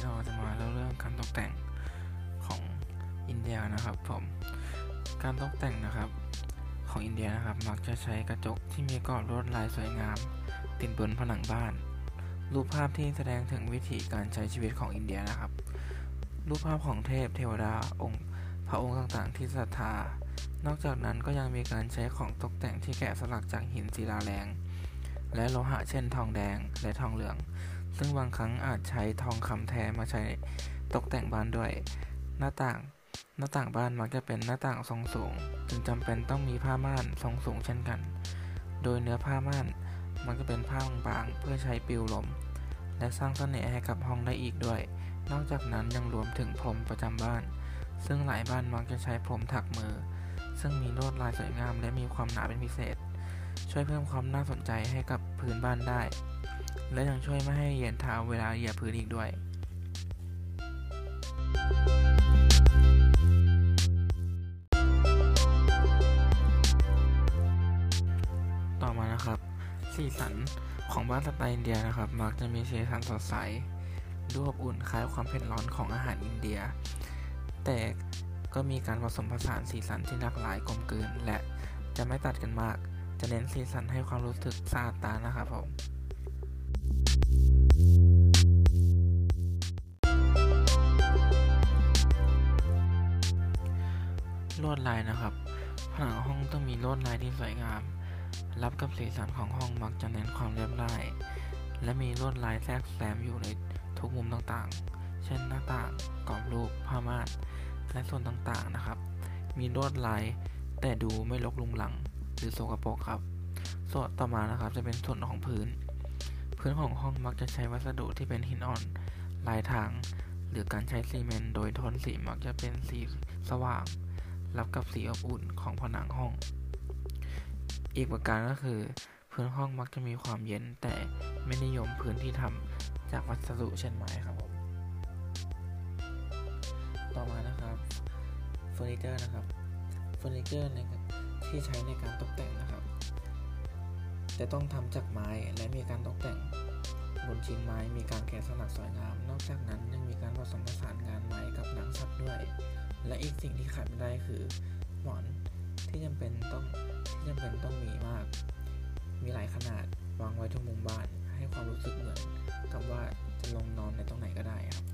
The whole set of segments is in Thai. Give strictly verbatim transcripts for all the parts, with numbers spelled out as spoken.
เราจะมาเล่าเรื่องการตกแต่งของอินเดียนะครับผมการตกแต่งนะครับของอินเดียนะครับมักจะใช้กระจกที่มีกรอบลวดลายสวยงามติดบนผนังบ้านรูปภาพที่แสดงถึงวิถีการใช้ชีวิตของอินเดียนะครับรูปภาพของเทพเทวดาองค์พระองค์ต่างๆที่ศรัทธานอกจากนั้นก็ยังมีการใช้ของตกแต่งที่แกะสลักจากหินศิลาแรงและโลหะเช่นทองแดงและทองเหลืองซึ่งบางครั้งอาจใช้ทองคำแท้มาใช้ตกแต่งบ้านด้วยหน้าต่างหน้าต่างบ้านมักจะเป็นหน้าต่างทรงสูงจึงจำเป็นต้องมีผ้าม่านทรงสูงเช่นกันโดยเนื้อผ้าม่านมักจะเป็นผ้าบางๆเพื่อใช้ปลิวลมและสร้างเสน่ห์ให้กับห้องได้อีกด้วยนอกจากนั้นยังรวมถึงพรมประจำบ้านซึ่งหลายบ้านมักจะใช้พรมถักมือซึ่งมีลวดลายสวยงามและมีความหนาเป็นพิเศษช่วยเพิ่มความน่าสนใจให้กับพื้นบ้านได้และยังช่วยไม่ให้เหยียดเท้าเวลาเหยียบพื้นอีกด้วยต่อมานะครับสีสันของบ้านสไตล์อินเดียนะครับมักจะมีสีสันสดใสดูอบอุ่นคล้ายความเผ็ดร้อนของอาหารอินเดียแต่ก็มีการผสมผสานสีสันที่หลากหลายกลมกลืนและจะไม่ตัดกันมากจะเน้นสีสันให้ความรู้สึกสะอาดตานะครับผมลวดลายนะครับผนังห้องต้องมีลวดลายที่สวยงามรับกับสีสันของห้องมักจะเน้นความเรียบง่ายและมีลวดลายแทรกแซมอยู่ในทุกมุมต่างๆเช่นหน้าต่างกรอบรูปผ้าม่านและส่วนต่างๆนะครับมีลวดลายแต่ดูไม่รกรุงรังหรือโสกปรกครับส่วนต่อมานะครับจะเป็นส่วนของพื้นพื้นของห้องมักจะใช้วัสดุที่เป็นหินอ่อนลายทางหรือการใช้ซีเมนต์โดยโทนสีมักจะเป็นสีสว่างรับกับสีอบอุ่นของผนังห้องอีกประการก็คือพื้นห้องมักจะมีความเย็นแต่ไม่นิยมพื้นที่ทำจากวัสดุเช่นไม้ครับผมต่อมานะครับเฟอร์นิเจอร์นะครับเฟอร์นิเจอร์ที่ใช้ในการตกแต่งนะครับจะต้องทำจากไม้และมีการตกแต่งบนชิ้นไม้มีการแกะสลักสวยงามนอกจากนั้นยังมีการผสมผสานงานไม้กับหนังสัตว์ด้วยและอีกสิ่งที่ขาดไม่ได้คือหมอนที่จำเป็นต้องที่จำเป็นต้องมีมากมีหลายขนาดวางไว้ทุกมุมบ้านให้ความรู้สึกเหมือนกับว่าจะลงนอนในตรงไหนก็ได้ครับ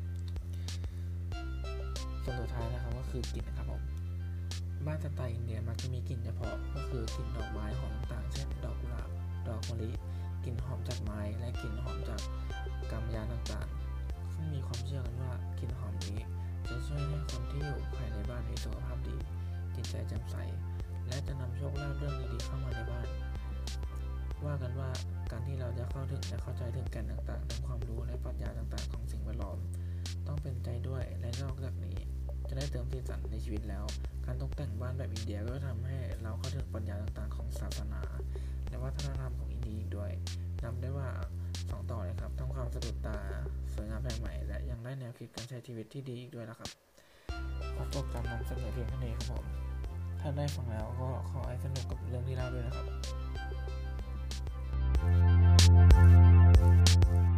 ส่วนสุดท้ายนะครับก็คือกลิ่นครับผมบ้านสไตล์อินเดียมักจะมีกลิ่นเฉพาะก็คือกลิ่นดอกไม้หอมต่างๆเช่นดอกกุหลาบดอกมะลิกลิ่นหอมจากไม้และกลิ่นหอมจากกำยานต่างๆซึ่งมีความเชื่อกันว่ากลิ่นหอมนี้จะช่วยให้คนที่อยู่ภายในบ้านมีสุขภาพดีจิตใจแจ่มใสและจะนำโชคลาภเรื่องดีๆเข้ามาในบ้านว่ากันว่าการที่เราจะเข้าถึงและเข้าใจถึงแก่นต่างๆทั้งความรู้และปรัชญาต่างๆของสิ่งแวดล้อมต้องเป็นใจด้วยและนอกจากนี้จะได้เติมสีสันในชีวิตแล้วการตกแต่งบ้านแบบอินเดียก็ทำให้เราเข้าถึงปรัชญาต่างๆของศาสนาและวัฒนธรรมของอินเดียอีกด้วยนับได้ว่าสองต่อเลยครับทั้งความสะดุดตาสวยงามแปลกใหม่และยังได้แนวคิดการใช้ชีวิตที่ดีอีกด้วยนะครับขอจบการนำเสนอเพียงเท่านี้ครับผมถ้าได้ฟังแล้วก็ขอให้สนุกกับเรื่องที่เล่าด้วยนะครับ